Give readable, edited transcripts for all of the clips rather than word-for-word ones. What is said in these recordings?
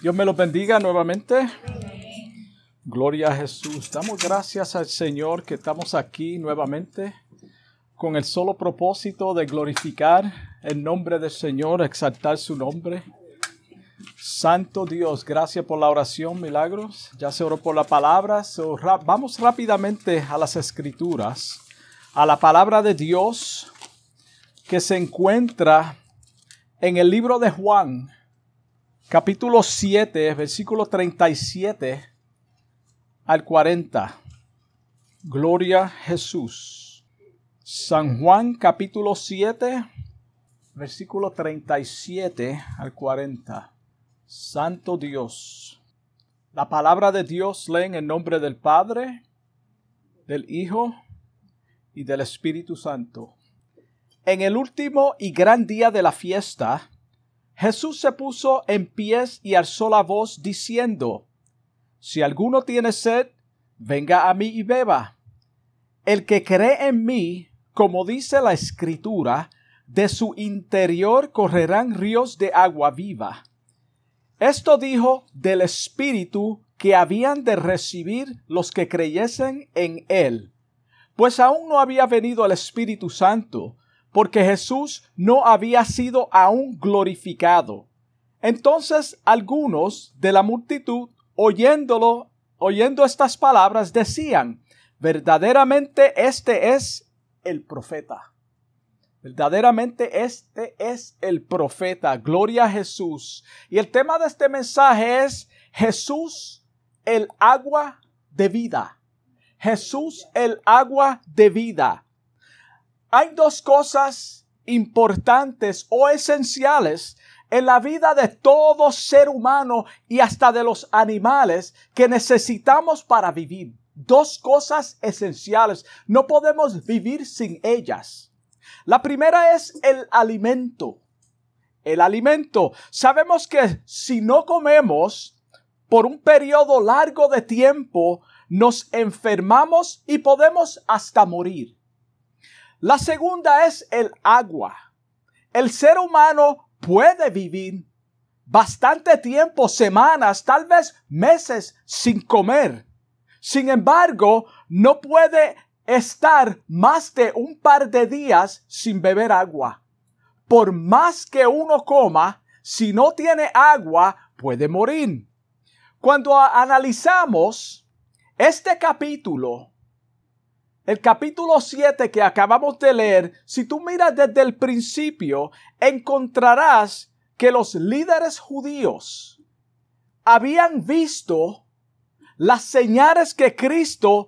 Dios me los bendiga nuevamente. Gloria a Jesús. Damos gracias al Señor que estamos aquí nuevamente con el solo propósito de glorificar el nombre del Señor, exaltar su nombre. Santo Dios, gracias por la oración, Milagros. Ya se oró por la palabra. Vamos rápidamente a las Escrituras, a la palabra de Dios que se encuentra en el libro de Juan, capítulo 7, versículo 37 al 40. Gloria a Jesús. San Juan, capítulo 7, versículo 37 al 40. Santo Dios. La palabra de Dios lee en el nombre del Padre, del Hijo y del Espíritu Santo. En el último y gran día de la fiesta, Jesús se puso en pies y alzó la voz diciendo: Si alguno tiene sed, venga a mí y beba. El que cree en mí, como dice la Escritura, de su interior correrán ríos de agua viva. Esto dijo del Espíritu que habían de recibir los que creyesen en él, pues aún no había venido el Espíritu Santo, porque Jesús no había sido aún glorificado. Entonces algunos de la multitud, oyendo estas palabras, decían: verdaderamente este es el profeta. Verdaderamente este es el profeta. Gloria a Jesús. Y el tema de este mensaje es Jesús, el agua de vida. Jesús, el agua de vida. Hay dos cosas importantes o esenciales en la vida de todo ser humano y hasta de los animales que necesitamos para vivir. Dos cosas esenciales. No podemos vivir sin ellas. La primera es el alimento. El alimento. Sabemos que si no comemos por un periodo largo de tiempo, nos enfermamos y podemos hasta morir. La segunda es el agua. El ser humano puede vivir bastante tiempo, semanas, tal vez meses sin comer. Sin embargo, no puede estar más de un par de días sin beber agua. Por más que uno coma, si no tiene agua, puede morir. Cuando analizamos este capítulo, el capítulo 7 que acabamos de leer, si tú miras desde el principio, encontrarás que los líderes judíos habían visto las señales que Cristo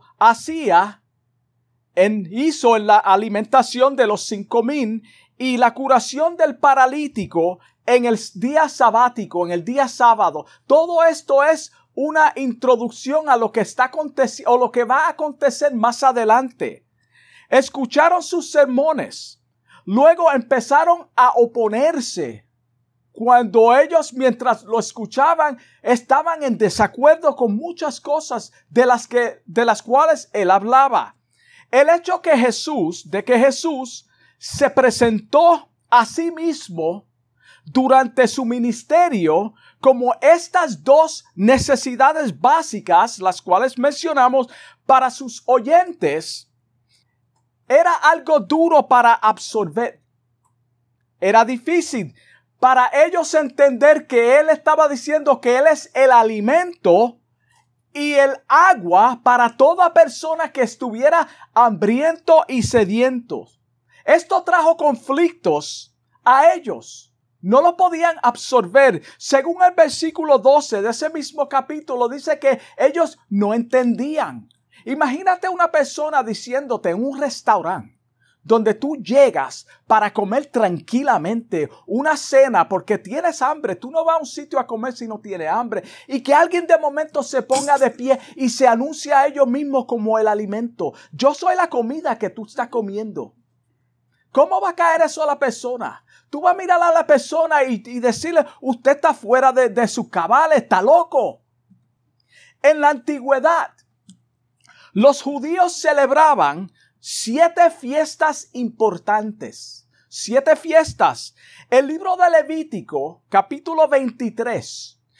hizo en la alimentación de los 5,000 y la curación del paralítico en el día sabático, en el día sábado. Todo esto es una introducción a lo que está aconteciendo o lo que va a acontecer más adelante. Escucharon sus sermones. Luego empezaron a oponerse. Cuando ellos, mientras lo escuchaban, estaban en desacuerdo con muchas cosas de las cuales él hablaba. El hecho de que Jesús se presentó a sí mismo durante su ministerio como estas dos necesidades básicas, las cuales mencionamos para sus oyentes, era algo duro para absorber. Era difícil para ellos entender que él estaba diciendo que él es el alimento y el agua para toda persona que estuviera hambriento y sediento. Esto trajo conflictos a ellos. No lo podían absorber. Según el versículo 12 de ese mismo capítulo, dice que ellos no entendían. Imagínate una persona diciéndote en un restaurante donde tú llegas para comer tranquilamente una cena porque tienes hambre. Tú no vas a un sitio a comer si no tienes hambre. Y que alguien de momento se ponga de pie y se anuncia a ellos mismos como el alimento. Yo soy la comida que tú estás comiendo. ¿Cómo va a caer eso a la persona? Tú vas a mirar a la persona y decirle: usted está fuera de su cabal, está loco. En la antigüedad, los judíos celebraban 7 fiestas importantes. 7 fiestas. El libro de Levítico, capítulo 23,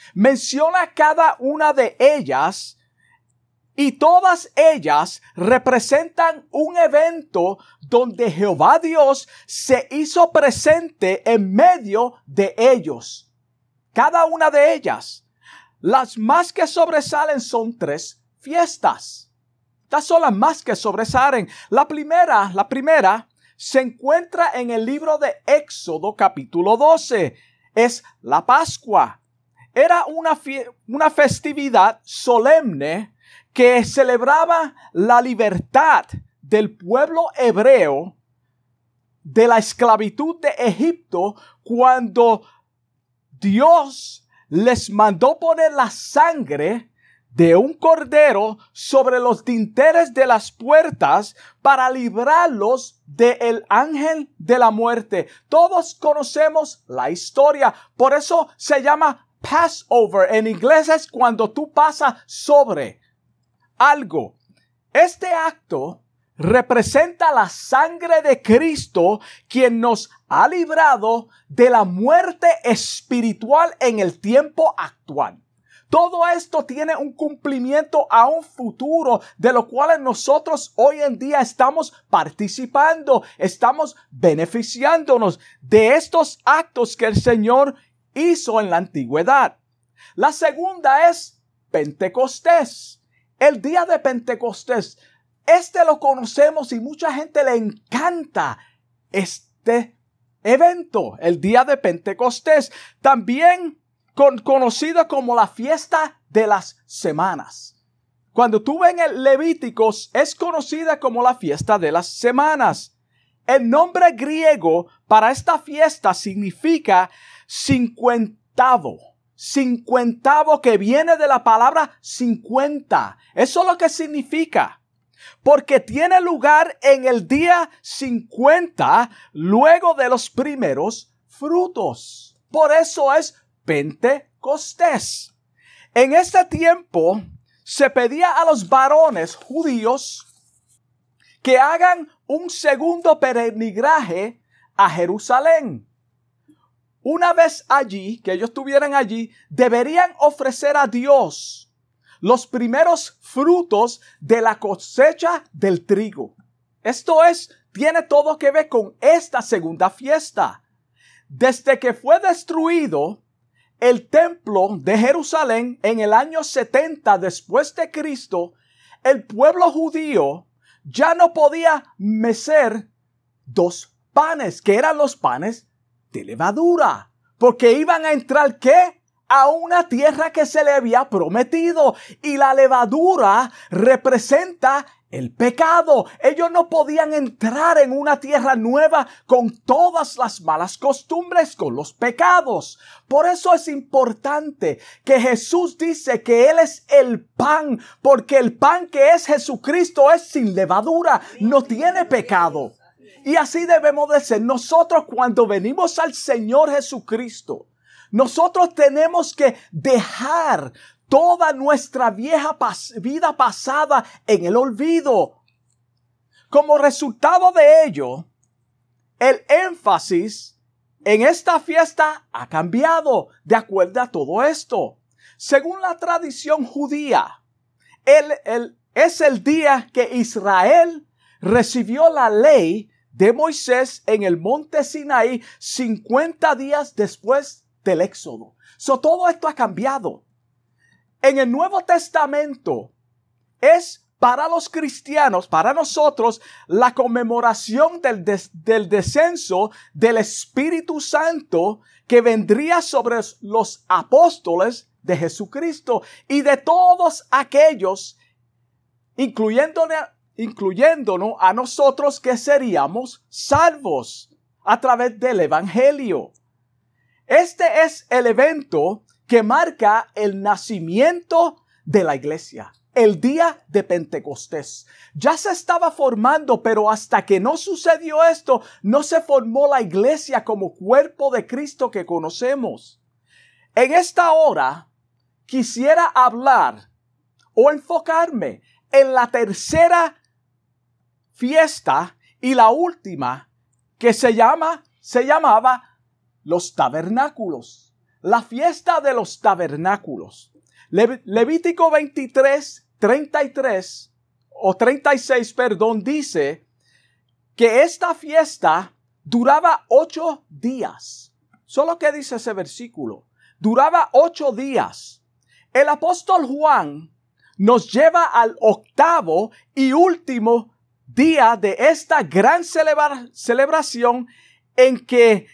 Menciona cada una de ellas y todas ellas representan un evento donde Jehová Dios se hizo presente en medio de ellos. Cada una de ellas. Las más que sobresalen son 3 fiestas. Estas son las más que sobresalen. La primera se encuentra en el libro de Éxodo capítulo 12. Es la Pascua. Era una festividad solemne que celebraba la libertad del pueblo hebreo de la esclavitud de Egipto cuando Dios les mandó poner la sangre de un cordero sobre los dinteles de las puertas para librarlos del ángel de la muerte. Todos conocemos la historia, por eso se llama Passover. En inglés es cuando tú pasas sobre algo. Este acto representa la sangre de Cristo, quien nos ha librado de la muerte espiritual en el tiempo actual. Todo esto tiene un cumplimiento a un futuro de lo cual nosotros hoy en día estamos participando, estamos beneficiándonos de estos actos que el Señor hizo en la antigüedad. La segunda es Pentecostés. El día de Pentecostés. Lo conocemos y mucha gente le encanta este evento, el día de Pentecostés. También conocido como la fiesta de las semanas. Cuando tú ves en Levíticos, es conocida como la fiesta de las semanas. El nombre griego para esta fiesta significa cincuentavo. Cincuentavo, que viene de la palabra 50. Eso es lo que significa. Porque tiene lugar en el día 50, luego de los primeros frutos. Por eso es Pentecostés. En este tiempo se pedía a los varones judíos que hagan un segundo peregrinaje a Jerusalén. Una vez allí, que ellos estuvieran allí, deberían ofrecer a Dios los primeros frutos de la cosecha del trigo. Tiene todo que ver con esta segunda fiesta. Desde que fue destruido el templo de Jerusalén en el año 70 después de Cristo, el pueblo judío ya no podía mecer 2 panes, que eran los panes de levadura, porque iban a entrar, ¿qué? A una tierra que se le había prometido, y la levadura representa el pecado. Ellos no podían entrar en una tierra nueva con todas las malas costumbres, con los pecados. Por eso es importante que Jesús dice que Él es el pan, porque el pan que es Jesucristo es sin levadura, no tiene pecado. Y así debemos de ser. Nosotros, cuando venimos al Señor Jesucristo, nosotros tenemos que dejar toda nuestra vieja vida pasada en el olvido. Como resultado de ello, el énfasis en esta fiesta ha cambiado de acuerdo a todo esto. Según la tradición judía, es el día que Israel recibió la ley de Moisés en el monte Sinaí 50 días después del Éxodo. Todo esto ha cambiado. En el Nuevo Testamento es para los cristianos, para nosotros, la conmemoración del descenso del Espíritu Santo que vendría sobre los apóstoles de Jesucristo y de todos aquellos, incluyéndonos a nosotros, que seríamos salvos a través del Evangelio. Este es el evento que marca el nacimiento de la iglesia, el día de Pentecostés. Ya se estaba formando, pero hasta que no sucedió esto, no se formó la iglesia como cuerpo de Cristo que conocemos. En esta hora, quisiera hablar o enfocarme en la tercera fiesta y la última, que se llamaba los tabernáculos. la fiesta de los tabernáculos. Levítico 23, 33 o 36, perdón, dice que esta fiesta duraba 8 días. Solo que dice ese versículo. Duraba 8 días. El apóstol Juan nos lleva al octavo y último día de esta gran celebración en que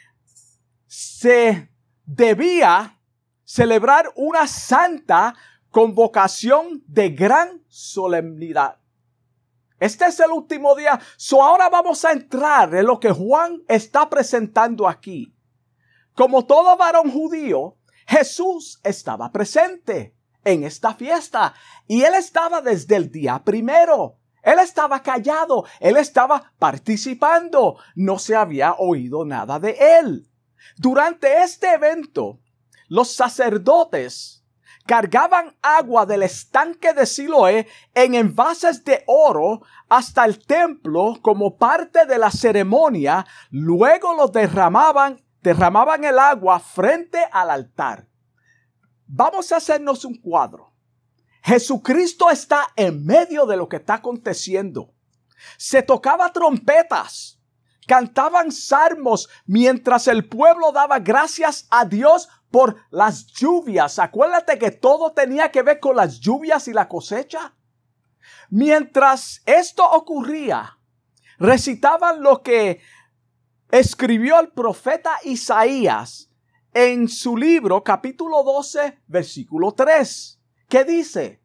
se debía celebrar una santa convocación de gran solemnidad. Este es el último día. Ahora vamos a entrar en lo que Juan está presentando aquí. Como todo varón judío, Jesús estaba presente en esta fiesta y él estaba desde el día primero. Él estaba callado, él estaba participando, no se había oído nada de él. Durante este evento, los sacerdotes cargaban agua del estanque de Siloé en envases de oro hasta el templo como parte de la ceremonia. Luego lo derramaban el agua frente al altar. Vamos a hacernos un cuadro. Jesucristo está en medio de lo que está aconteciendo. Se tocaba trompetas, cantaban salmos mientras el pueblo daba gracias a Dios por las lluvias. Acuérdate que todo tenía que ver con las lluvias y la cosecha. Mientras esto ocurría, recitaban lo que escribió el profeta Isaías en su libro, capítulo 12, versículo 3. ¿Qué dice?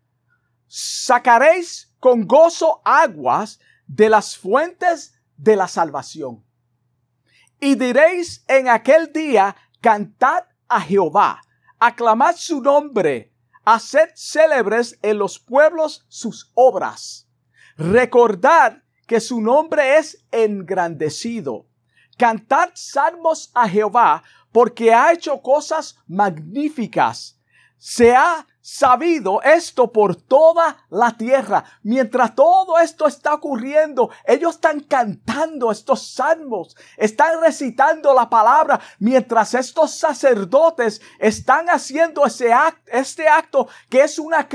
Sacaréis con gozo aguas de las fuentes de la salvación. Y diréis en aquel día, cantad a Jehová, aclamad su nombre, haced célebres en los pueblos sus obras. Recordad que su nombre es engrandecido. Cantad salmos a Jehová, porque ha hecho cosas magníficas. Se ha sabido esto por toda la tierra. Mientras todo esto está ocurriendo, ellos están cantando estos salmos, están recitando la palabra, mientras estos sacerdotes están haciendo este acto que es una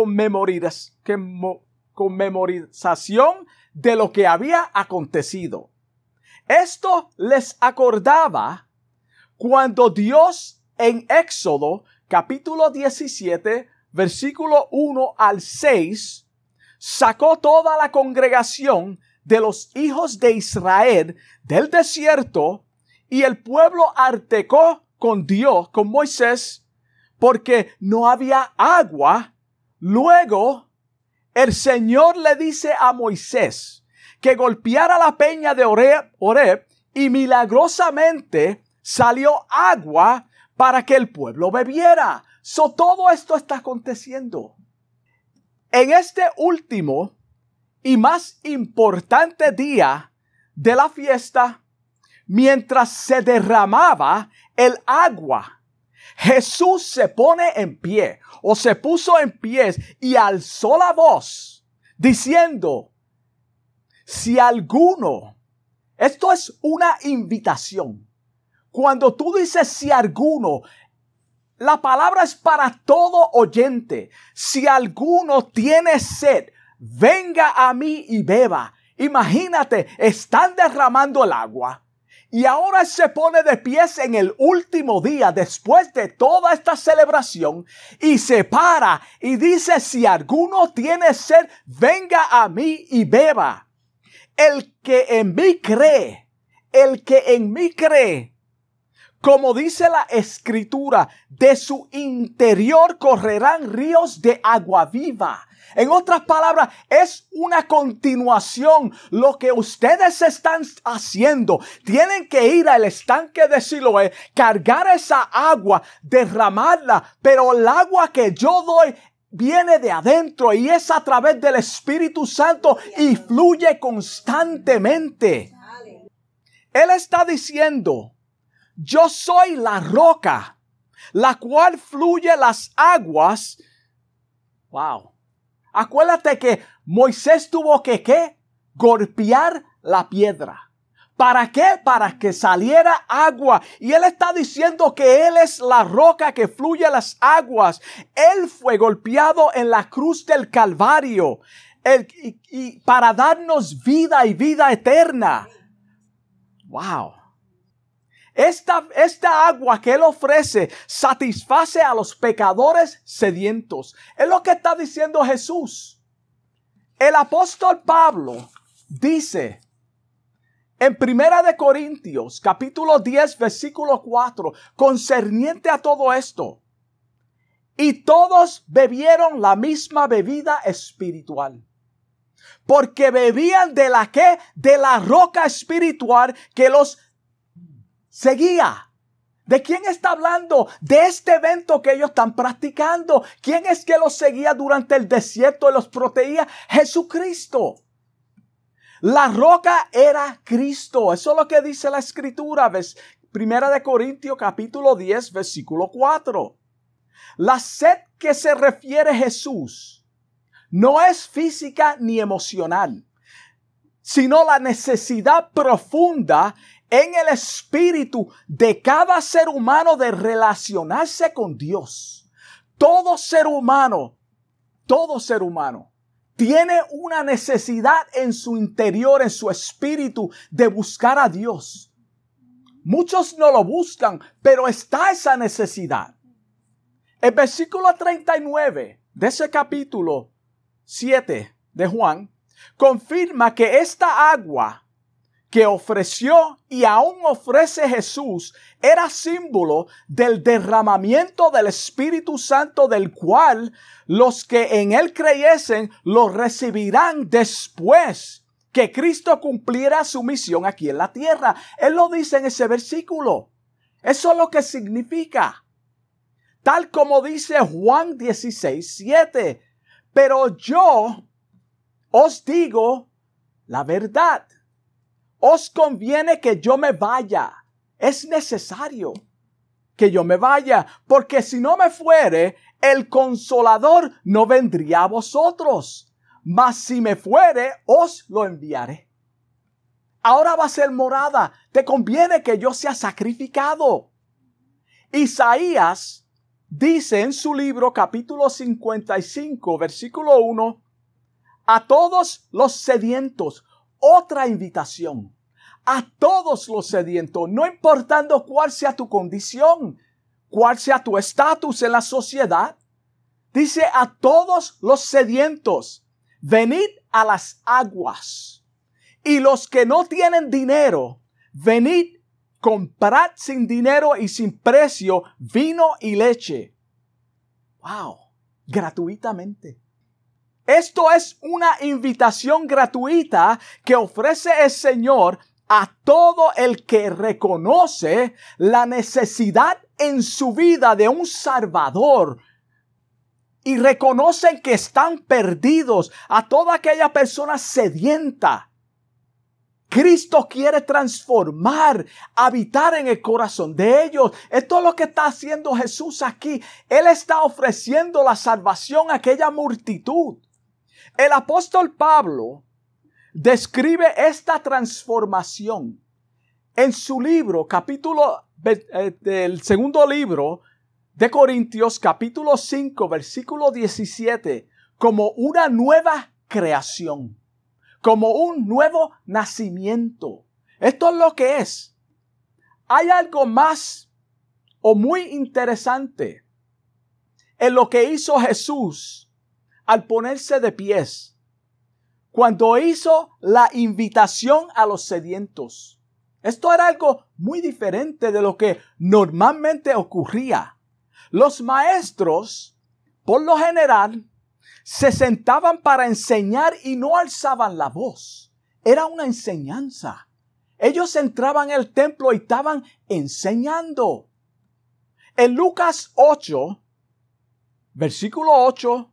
conmemorización de lo que había acontecido. Esto les acordaba cuando Dios en Éxodo capítulo 17, versículo 1 al 6, sacó toda la congregación de los hijos de Israel del desierto, y el pueblo altercó con Dios, con Moisés, porque no había agua. Luego, el Señor le dice a Moisés que golpeara la peña de Horeb, y milagrosamente salió agua para que el pueblo bebiera. Todo esto está aconteciendo. En este último y más importante día de la fiesta, mientras se derramaba el agua, Jesús se pone en pie, o se puso en pie, y alzó la voz, diciendo, si alguno, esto es una invitación. Cuando tú dices si alguno, la palabra es para todo oyente. Si alguno tiene sed, venga a mí y beba. Imagínate, están derramando el agua. Y ahora se pone de pies en el último día después de toda esta celebración y se para y dice, si alguno tiene sed, venga a mí y beba. El que en mí cree, como dice la Escritura, de su interior correrán ríos de agua viva. En otras palabras, es una continuación. Lo que ustedes están haciendo, tienen que ir al estanque de Siloé, cargar esa agua, derramarla, pero el agua que yo doy viene de adentro y es a través del Espíritu Santo y fluye constantemente. Él está diciendo, yo soy la roca, la cual fluye las aguas. Wow. Acuérdate que Moisés tuvo que golpear la piedra ¿Para qué? Para que saliera agua. Y Él está diciendo que Él es la roca que fluye las aguas. Él fue golpeado en la cruz del Calvario y para darnos vida y vida eterna. ¡Wow! Esta agua que Él ofrece satisface a los pecadores sedientos. Es lo que está diciendo Jesús. El apóstol Pablo dice en 1 Corintios, capítulo 10, versículo 4, concerniente a todo esto: y todos bebieron la misma bebida espiritual, porque bebían de la ¿qué? De la roca espiritual que los seguía. ¿De quién está hablando? De este evento que ellos están practicando. ¿Quién es que los seguía durante el desierto y los protegía? Jesucristo. La roca era Cristo. Eso es lo que dice la Escritura. 1 Corintios capítulo 10, versículo 4. La sed que se refiere Jesús no es física ni emocional, sino la necesidad profunda en el espíritu de cada ser humano de relacionarse con Dios. Todo ser humano tiene una necesidad en su interior, en su espíritu, de buscar a Dios. Muchos no lo buscan, pero está esa necesidad. El versículo 39 de ese capítulo 7 de Juan confirma que esta agua que ofreció y aún ofrece Jesús era símbolo del derramamiento del Espíritu Santo, del cual los que en Él creyesen lo recibirán después que Cristo cumpliera su misión aquí en la tierra. Él lo dice en ese versículo. Eso es lo que significa. Tal como dice Juan 16, 7. Pero yo os digo la verdad. Os conviene que yo me vaya. Es necesario que yo me vaya, porque si no me fuere, el Consolador no vendría a vosotros. Mas si me fuere, os lo enviaré. Ahora va a ser morada. Te conviene que yo sea sacrificado. Isaías dice en su libro capítulo 55, versículo 1, a todos los sedientos, otra invitación. A todos los sedientos, no importando cuál sea tu condición, cuál sea tu estatus en la sociedad. Dice a todos los sedientos, venid a las aguas. Y los que no tienen dinero, venid, comprad sin dinero y sin precio vino y leche. ¡Wow! Gratuitamente. Esto es una invitación gratuita que ofrece el Señor a todo el que reconoce la necesidad en su vida de un Salvador y reconocen que están perdidos, a toda aquella persona sedienta. Cristo quiere transformar, habitar en el corazón de ellos. Esto es lo que está haciendo Jesús aquí. Él está ofreciendo la salvación a aquella multitud. El apóstol Pablo describe esta transformación en su libro, del segundo libro de Corintios, capítulo 5, versículo 17, como una nueva creación, como un nuevo nacimiento. Esto es lo que es. Hay algo más o muy interesante en lo que hizo Jesús al ponerse de pies, cuando hizo la invitación a los sedientos. Esto era algo muy diferente de lo que normalmente ocurría. Los maestros, por lo general, se sentaban para enseñar y no alzaban la voz. Era una enseñanza. Ellos entraban al templo y estaban enseñando. En Lucas 8, versículo 8,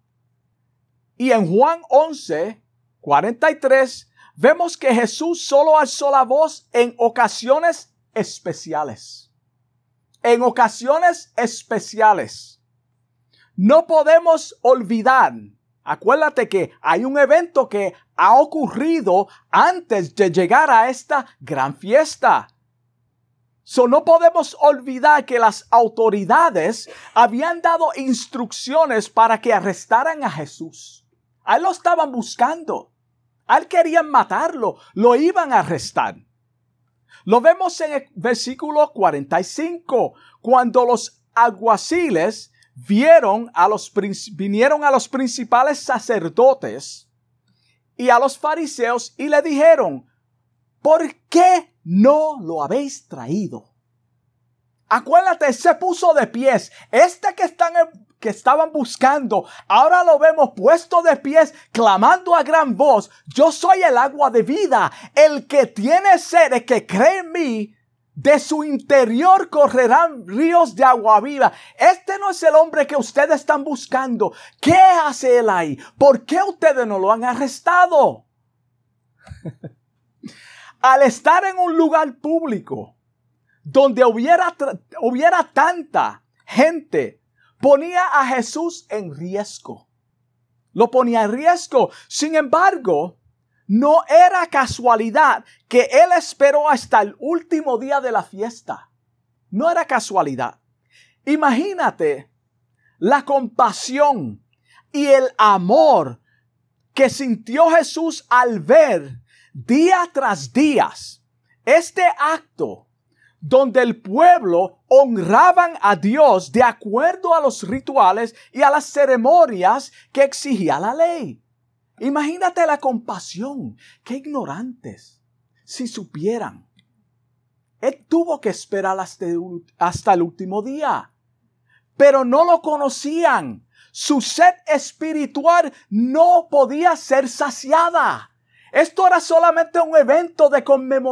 y en Juan 11, 43, vemos que Jesús solo alzó la voz en ocasiones especiales. En ocasiones especiales. No podemos olvidar Acuérdate que hay un evento que ha ocurrido antes de llegar a esta gran fiesta. No podemos olvidar que las autoridades habían dado instrucciones para que arrestaran a Jesús. A él lo estaban buscando. A él querían matarlo. Lo iban a arrestar. Lo vemos en el versículo 45, cuando los alguaciles vinieron a los principales sacerdotes y a los fariseos y le dijeron: ¿por qué no lo habéis traído? Acuérdate, se puso de pies. Que estaban buscando, ahora lo vemos puesto de pies, clamando a gran voz: yo soy el agua de vida. El que tiene sed, el que cree en mí, de su interior correrán ríos de agua viva. Este no es el hombre que ustedes están buscando. ¿Qué hace él ahí? ¿Por qué ustedes no lo han arrestado? Al estar en un lugar público donde hubiera tanta gente, ponía a Jesús en riesgo. Lo ponía en riesgo. Sin embargo, no era casualidad que él esperó hasta el último día de la fiesta. No era casualidad. Imagínate la compasión y el amor que sintió Jesús al ver día tras día este acto donde el pueblo honraban a Dios de acuerdo a los rituales y a las ceremonias que exigía la ley. Imagínate la compasión. Qué ignorantes si supieran. Él tuvo que esperar hasta el último día, pero no lo conocían. Su sed espiritual no podía ser saciada. Esto era solamente un evento de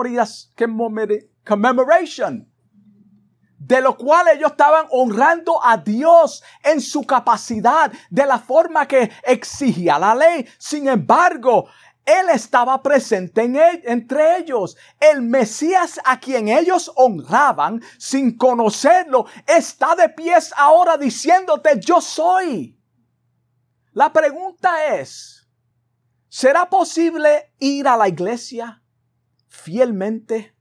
commemoration, de lo cual ellos estaban honrando a Dios en su capacidad, de la forma que exigía la ley. Sin embargo, Él estaba presente entre ellos. El Mesías a quien ellos honraban sin conocerlo está de pies ahora diciéndote: yo soy. La pregunta es: ¿será posible ir a la iglesia fielmente,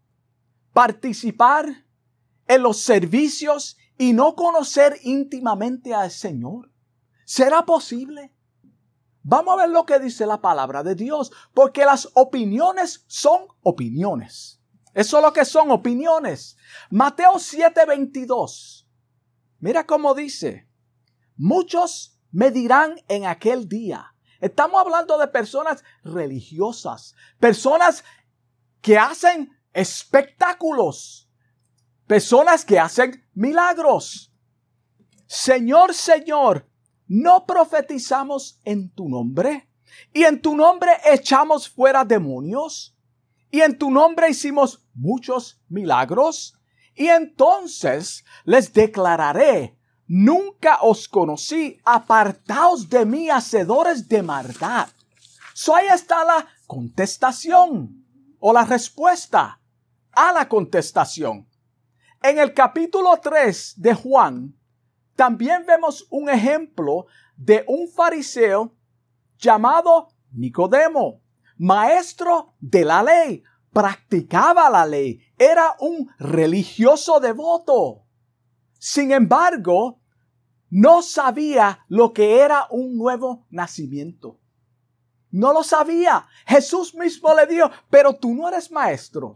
participar en los servicios y no conocer íntimamente al Señor? ¿Será posible? Vamos a ver lo que dice la palabra de Dios, porque las opiniones son opiniones. Eso es lo que son, opiniones. Mateo 7:22. Mira cómo dice: muchos me dirán en aquel día. Estamos hablando de personas religiosas, personas que hacen espectáculos, personas que hacen milagros. Señor, Señor, ¿no profetizamos en tu nombre? ¿Y en tu nombre echamos fuera demonios? ¿Y en tu nombre hicimos muchos milagros? Y entonces les declararé: nunca os conocí, apartaos de mí, hacedores de maldad. Ahí está la contestación o la respuesta a la contestación. En el capítulo 3 de Juan, también vemos un ejemplo de un fariseo llamado Nicodemo, maestro de la ley, practicaba la ley, era un religioso devoto. Sin embargo, no sabía lo que era un nuevo nacimiento. No lo sabía. Jesús mismo le dijo: pero tú no eres maestro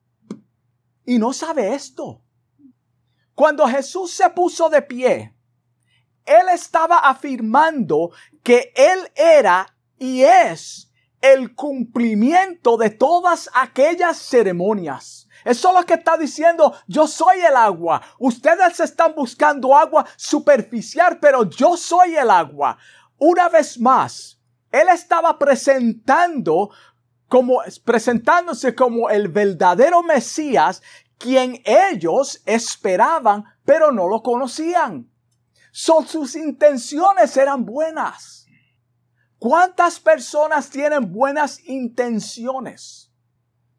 y no sabes esto. Cuando Jesús se puso de pie, Él estaba afirmando que Él era y es el cumplimiento de todas aquellas ceremonias. Eso es lo que está diciendo: yo soy el agua. Ustedes están buscando agua superficial, pero yo soy el agua. Una vez más, Él estaba presentándose como el verdadero Mesías, quien ellos esperaban, pero no lo conocían. Sus intenciones eran buenas. ¿Cuántas personas tienen buenas intenciones?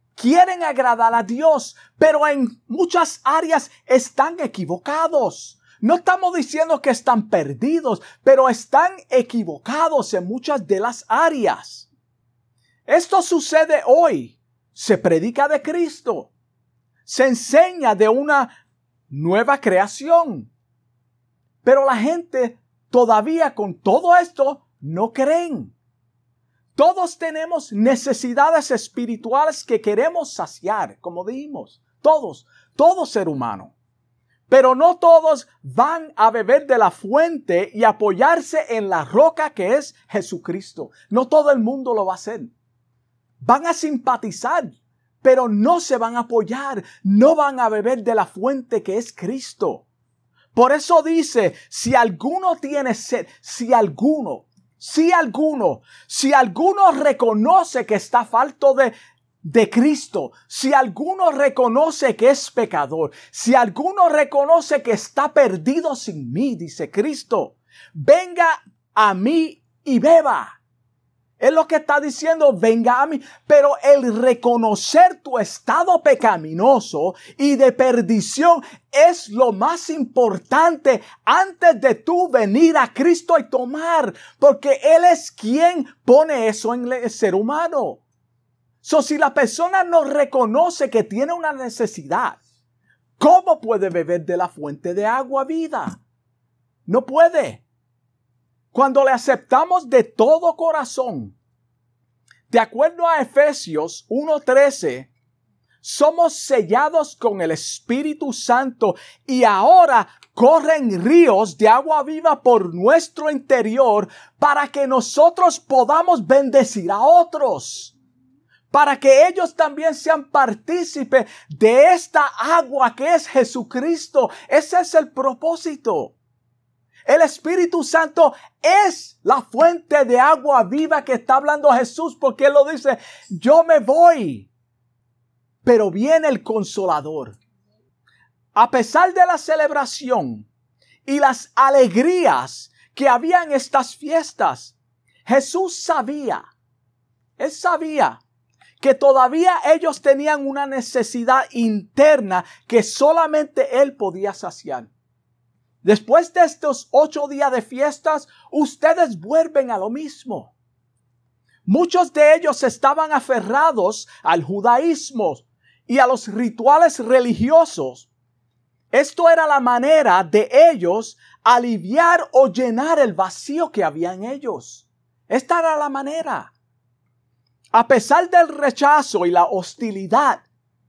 Quieren agradar a Dios, pero en muchas áreas están equivocados. No estamos diciendo que están perdidos, pero están equivocados en muchas de las áreas. Esto sucede hoy. Se predica de Cristo. Se enseña de una nueva creación. Pero la gente todavía con todo esto no creen. Todos tenemos necesidades espirituales que queremos saciar, como dijimos. Todo ser humano. Pero no todos van a beber de la fuente y apoyarse en la roca que es Jesucristo. No todo el mundo lo va a hacer. Van a simpatizar, pero no se van a apoyar. No van a beber de la fuente que es Cristo. Por eso dice, si alguno tiene sed, si alguno reconoce que está falto de Cristo, si alguno reconoce que es pecador, si alguno reconoce que está perdido sin mí, dice Cristo, venga a mí y beba. Es lo que está diciendo, venga a mí. Pero el reconocer tu estado pecaminoso y de perdición es lo más importante antes de tú venir a Cristo y tomar. Porque Él es quien pone eso en el ser humano. Si la persona no reconoce que tiene una necesidad, ¿cómo puede beber de la fuente de agua vida? No puede. Cuando le aceptamos de todo corazón, de acuerdo a Efesios 1:13, somos sellados con el Espíritu Santo y ahora corren ríos de agua viva por nuestro interior para que nosotros podamos bendecir a otros. Para que ellos también sean partícipes de esta agua que es Jesucristo. Ese es el propósito. El Espíritu Santo es la fuente de agua viva que está hablando Jesús, porque Él lo dice, yo me voy, pero viene el Consolador. A pesar de la celebración y las alegrías que había en estas fiestas, Jesús sabía, Él sabía que todavía ellos tenían una necesidad interna que solamente Él podía saciar. Después de estos 8 días de fiestas, ustedes vuelven a lo mismo. Muchos de ellos estaban aferrados al judaísmo y a los rituales religiosos. Esto era la manera de ellos aliviar o llenar el vacío que había en ellos. Esta era la manera. A pesar del rechazo y la hostilidad,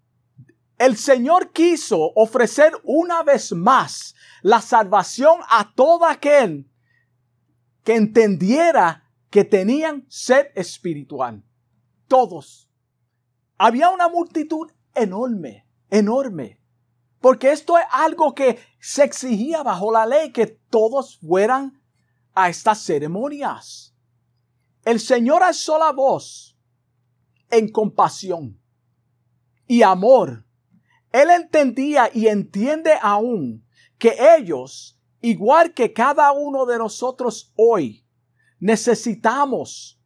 el Señor quiso ofrecer una vez más la salvación a todo aquel que entendiera que tenían sed espiritual. Todos. Había una multitud enorme. Porque esto es algo que se exigía bajo la ley, que todos fueran a estas ceremonias. El Señor alzó la voz en compasión y amor. Él entendía y entiende aún que ellos, igual que cada uno de nosotros hoy, necesitamos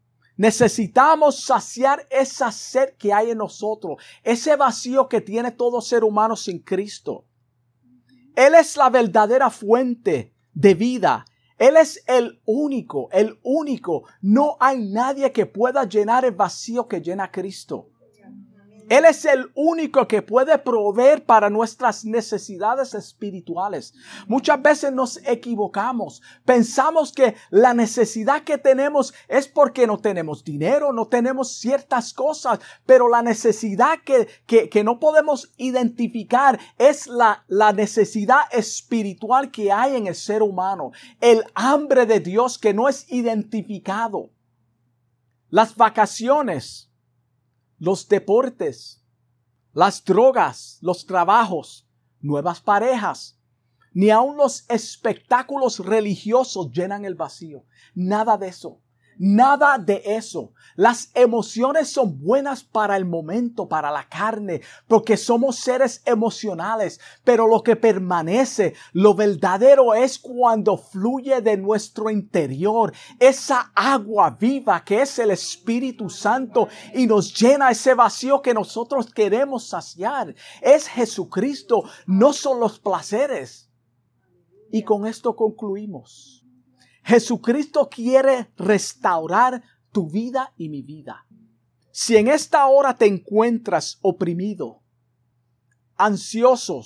saciar esa sed que hay en nosotros, ese vacío que tiene todo ser humano sin Cristo. Él es la verdadera fuente de vida. Él es el único. No hay nadie que pueda llenar el vacío que llena Cristo. Él es el único que puede proveer para nuestras necesidades espirituales. Muchas veces nos equivocamos. Pensamos que la necesidad que tenemos es porque no tenemos dinero, no tenemos ciertas cosas. Pero la necesidad que no podemos identificar es la necesidad espiritual que hay en el ser humano. El hambre de Dios que no es identificado. Las vacaciones, los deportes, las drogas, los trabajos, nuevas parejas, ni aun los espectáculos religiosos llenan el vacío. Nada de eso. Nada de eso. Las emociones son buenas para el momento, para la carne, porque somos seres emocionales. Pero lo que permanece, lo verdadero es cuando fluye de nuestro interior esa agua viva que es el Espíritu Santo y nos llena ese vacío que nosotros queremos saciar. Es Jesucristo, no son los placeres. Y con esto concluimos. Jesucristo quiere restaurar tu vida y mi vida. Si en esta hora te encuentras oprimido, ansioso,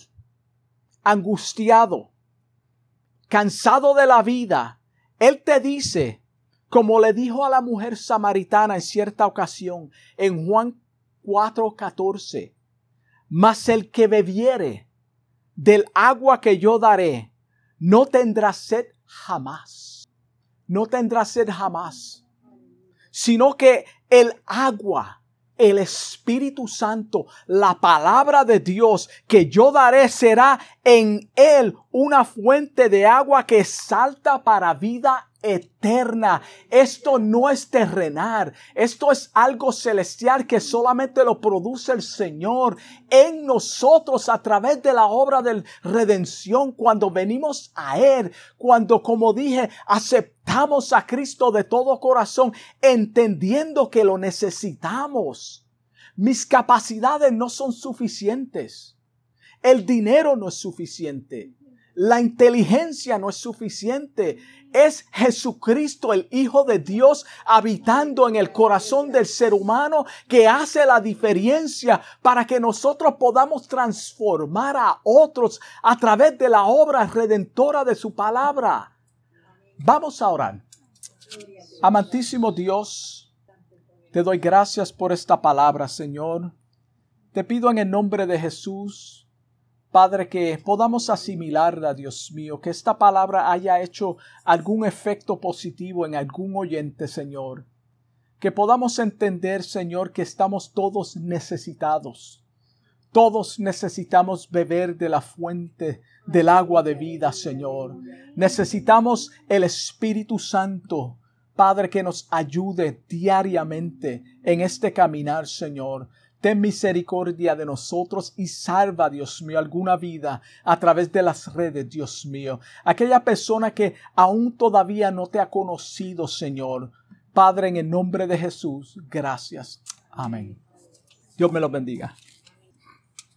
angustiado, cansado de la vida, Él te dice, como le dijo a la mujer samaritana en cierta ocasión, en Juan 4:14, mas el que bebiere del agua que yo daré, no tendrá sed jamás. No tendrá sed jamás. Sino que el agua, el Espíritu Santo, la palabra de Dios que yo daré será en él una fuente de agua que salta para vida eterna. Esto no es terrenal, esto es algo celestial que solamente lo produce el Señor en nosotros a través de la obra de redención, cuando venimos a Él, cuando, como dije, aceptamos a Cristo de todo corazón, entendiendo que lo necesitamos. Mis capacidades no son suficientes. El dinero no es suficiente. La inteligencia no es suficiente. Es Jesucristo, el Hijo de Dios, habitando en el corazón del ser humano, que hace la diferencia para que nosotros podamos transformar a otros a través de la obra redentora de su palabra. Vamos a orar. Amantísimo Dios, te doy gracias por esta palabra, Señor. Te pido en el nombre de Jesús, Padre, que podamos asimilarla, Dios mío, que esta palabra haya hecho algún efecto positivo en algún oyente, Señor. Que podamos entender, Señor, que estamos todos necesitados. Todos necesitamos beber de la fuente del agua de vida, Señor. Necesitamos el Espíritu Santo, Padre, que nos ayude diariamente en este caminar, Señor. Ten misericordia de nosotros y salva, Dios mío, alguna vida a través de las redes, Dios mío. Aquella persona que aún todavía no te ha conocido, Señor. Padre, en el nombre de Jesús, gracias. Amén. Dios me los bendiga.